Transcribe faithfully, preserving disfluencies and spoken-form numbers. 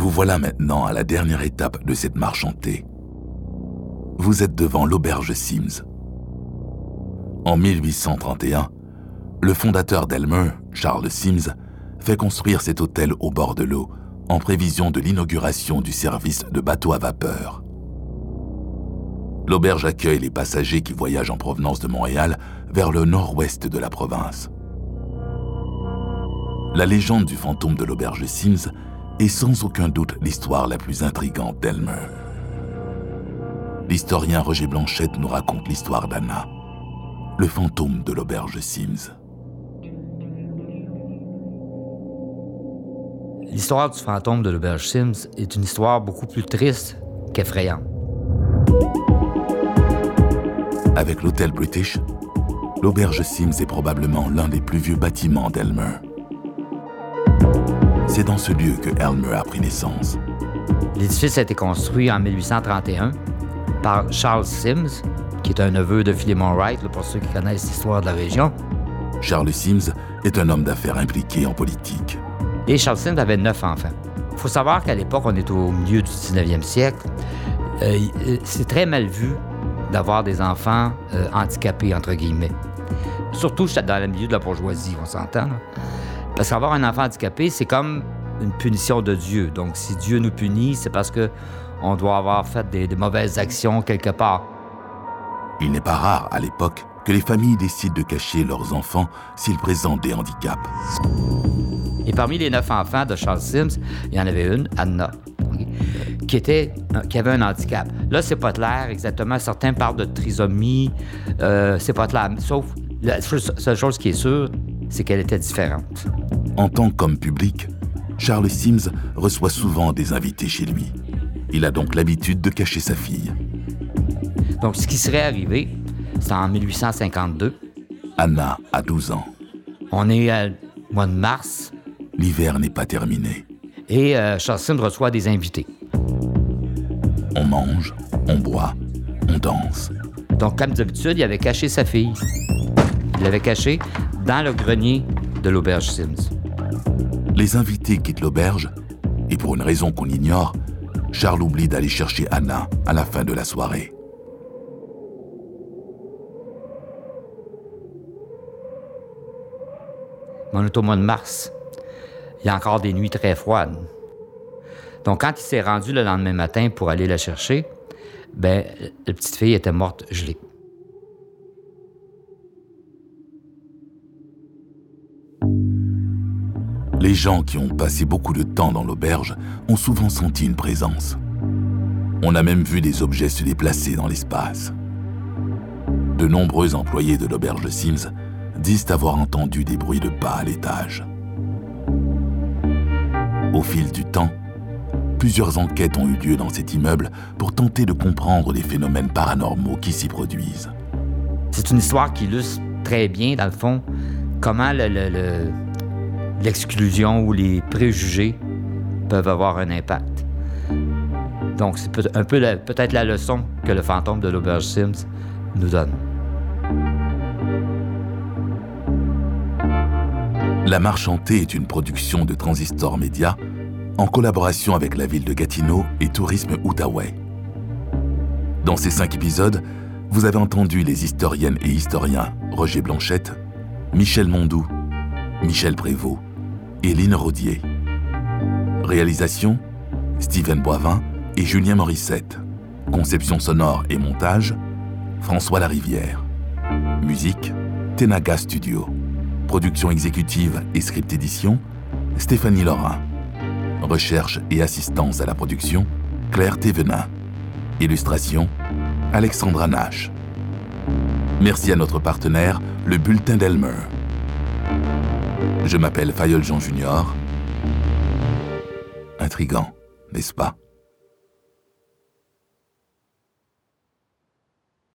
Vous voilà maintenant à la dernière étape de cette marche hantée. Vous êtes devant l'auberge Sims. En mille huit cent trente et un, le fondateur d'Elmer, Charles Sims, fait construire cet hôtel au bord de l'eau en prévision de l'inauguration du service de bateaux à vapeur. L'auberge accueille les passagers qui voyagent en provenance de Montréal vers le nord-ouest de la province. La légende du fantôme de l'auberge Sims est sans aucun doute l'histoire la plus intrigante d'Elmer. L'historien Roger Blanchette nous raconte l'histoire d'Anna, le fantôme de l'auberge Sims. L'histoire du fantôme de l'auberge Sims est une histoire beaucoup plus triste qu'effrayante. Avec l'hôtel British, l'auberge Sims est probablement l'un des plus vieux bâtiments d'Elmer. C'est dans ce lieu que Elmer a pris naissance. L'édifice a été construit en mille huit cent trente et un par Charles Sims, qui est un neveu de Philemon Wright, là, pour ceux qui connaissent l'histoire de la région. Charles Sims est un homme d'affaires impliqué en politique. Et Charles Sims avait neuf enfants. Il faut savoir qu'à l'époque, on est au milieu du dix-neuvième siècle. Euh, c'est très mal vu d'avoir des enfants euh, handicapés, entre guillemets. Surtout dans le milieu de la bourgeoisie, on s'entend, là. Parce qu'avoir un enfant handicapé, c'est comme une punition de Dieu. Donc, si Dieu nous punit, c'est parce qu'on doit avoir fait des, des mauvaises actions quelque part. Il n'est pas rare, à l'époque, que les familles décident de cacher leurs enfants s'ils présentent des handicaps. Et parmi les neuf enfants de Charles Sims, il y en avait une, Anna, okay, qui, était, qui avait un handicap. Là, c'est pas clair exactement. Certains parlent de trisomie. Euh, c'est pas clair. Sauf, la seule chose qui est sûre, c'est qu'elle était différente. En tant qu'homme public, Charles Sims reçoit souvent des invités chez lui. Il a donc l'habitude de cacher sa fille. Donc, ce qui serait arrivé, c'est en mille huit cent cinquante-deux. Anna a douze ans. On est au mois de mars. L'hiver n'est pas terminé. Et euh, Charles Sims reçoit des invités. On mange, on boit, on danse. Donc, comme d'habitude, il avait caché sa fille. Il l'avait cachée dans le grenier de l'auberge Sims. Les invités quittent l'auberge et pour une raison qu'on ignore, Charles oublie d'aller chercher Anna à la fin de la soirée. On est au mois de mars. Il y a encore des nuits très froides. Donc, quand il s'est rendu le lendemain matin pour aller la chercher, ben, la petite fille était morte gelée. Les gens qui ont passé beaucoup de temps dans l'auberge ont souvent senti une présence. On a même vu des objets se déplacer dans l'espace. De nombreux employés de l'auberge Sims disent avoir entendu des bruits de pas à l'étage. Au fil du temps, plusieurs enquêtes ont eu lieu dans cet immeuble pour tenter de comprendre les phénomènes paranormaux qui s'y produisent. C'est une histoire qui illustre très bien, dans le fond, comment le, le, le, l'exclusion ou les préjugés peuvent avoir un impact. Donc, c'est peut- un peu la, peut-être la leçon que le fantôme de l'auberge Sims nous donne. La Marche hantée est une production de Transistor Média en collaboration avec la ville de Gatineau et Tourisme Outaouais. Dans ces cinq épisodes, vous avez entendu les historiennes et historiens Roger Blanchette, Michel Mondou, Michel Prévost et Lynn Rodier. Réalisation, Steven Boivin et Julien Morissette. Conception sonore et montage, François Larivière. Musique, Tenaga Studio. Production exécutive et script édition, Stéphanie Laurin. Recherche et assistance à la production, Claire Thévenin. Illustration, Alexandra Nash. Merci à notre partenaire, le Bulletin d'Elmer. Je m'appelle Fayol Jean Junior. Intriguant, n'est-ce pas?